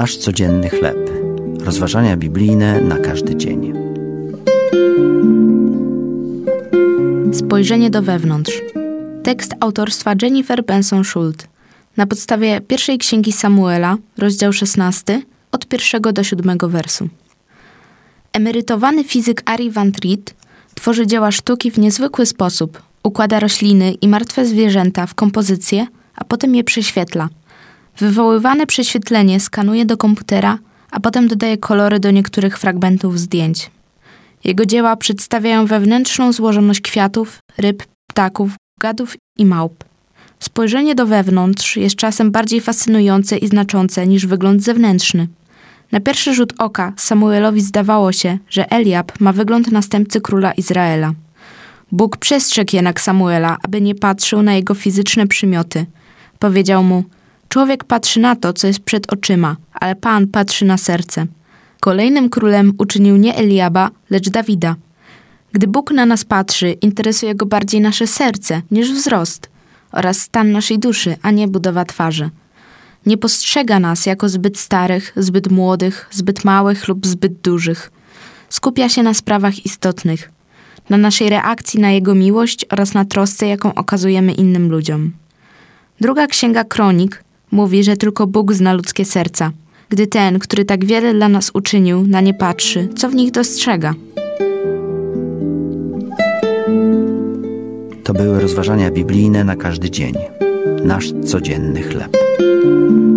Nasz codzienny chleb. Rozważania biblijne na każdy dzień. Spojrzenie do wewnątrz. Tekst autorstwa Jennifer Benson-Schuldt. Na podstawie pierwszej księgi Samuela, rozdział 16, od 1 do 7 wersu. Emerytowany fizyk Arie van Triet tworzy dzieła sztuki w niezwykły sposób. Układa rośliny i martwe zwierzęta w kompozycje, a potem je prześwietla. Wywoływane prześwietlenie skanuje do komputera, a potem dodaje kolory do niektórych fragmentów zdjęć. Jego dzieła przedstawiają wewnętrzną złożoność kwiatów, ryb, ptaków, gadów i małp. Spojrzenie do wewnątrz jest czasem bardziej fascynujące i znaczące niż wygląd zewnętrzny. Na pierwszy rzut oka Samuelowi zdawało się, że Eliab ma wygląd następcy króla Izraela. Bóg przestrzegł jednak Samuela, aby nie patrzył na jego fizyczne przymioty. Powiedział mu: człowiek patrzy na to, co jest przed oczyma, ale Pan patrzy na serce. Kolejnym królem uczynił nie Eliaba, lecz Dawida. Gdy Bóg na nas patrzy, interesuje go bardziej nasze serce niż wzrost oraz stan naszej duszy, a nie budowa twarzy. Nie postrzega nas jako zbyt starych, zbyt młodych, zbyt małych lub zbyt dużych. Skupia się na sprawach istotnych, na naszej reakcji na Jego miłość oraz na trosce, jaką okazujemy innym ludziom. Druga księga Kronik mówi, że tylko Bóg zna ludzkie serca. Gdy ten, który tak wiele dla nas uczynił, na nie patrzy, co w nich dostrzega? To były rozważania biblijne na każdy dzień. Nasz codzienny chleb.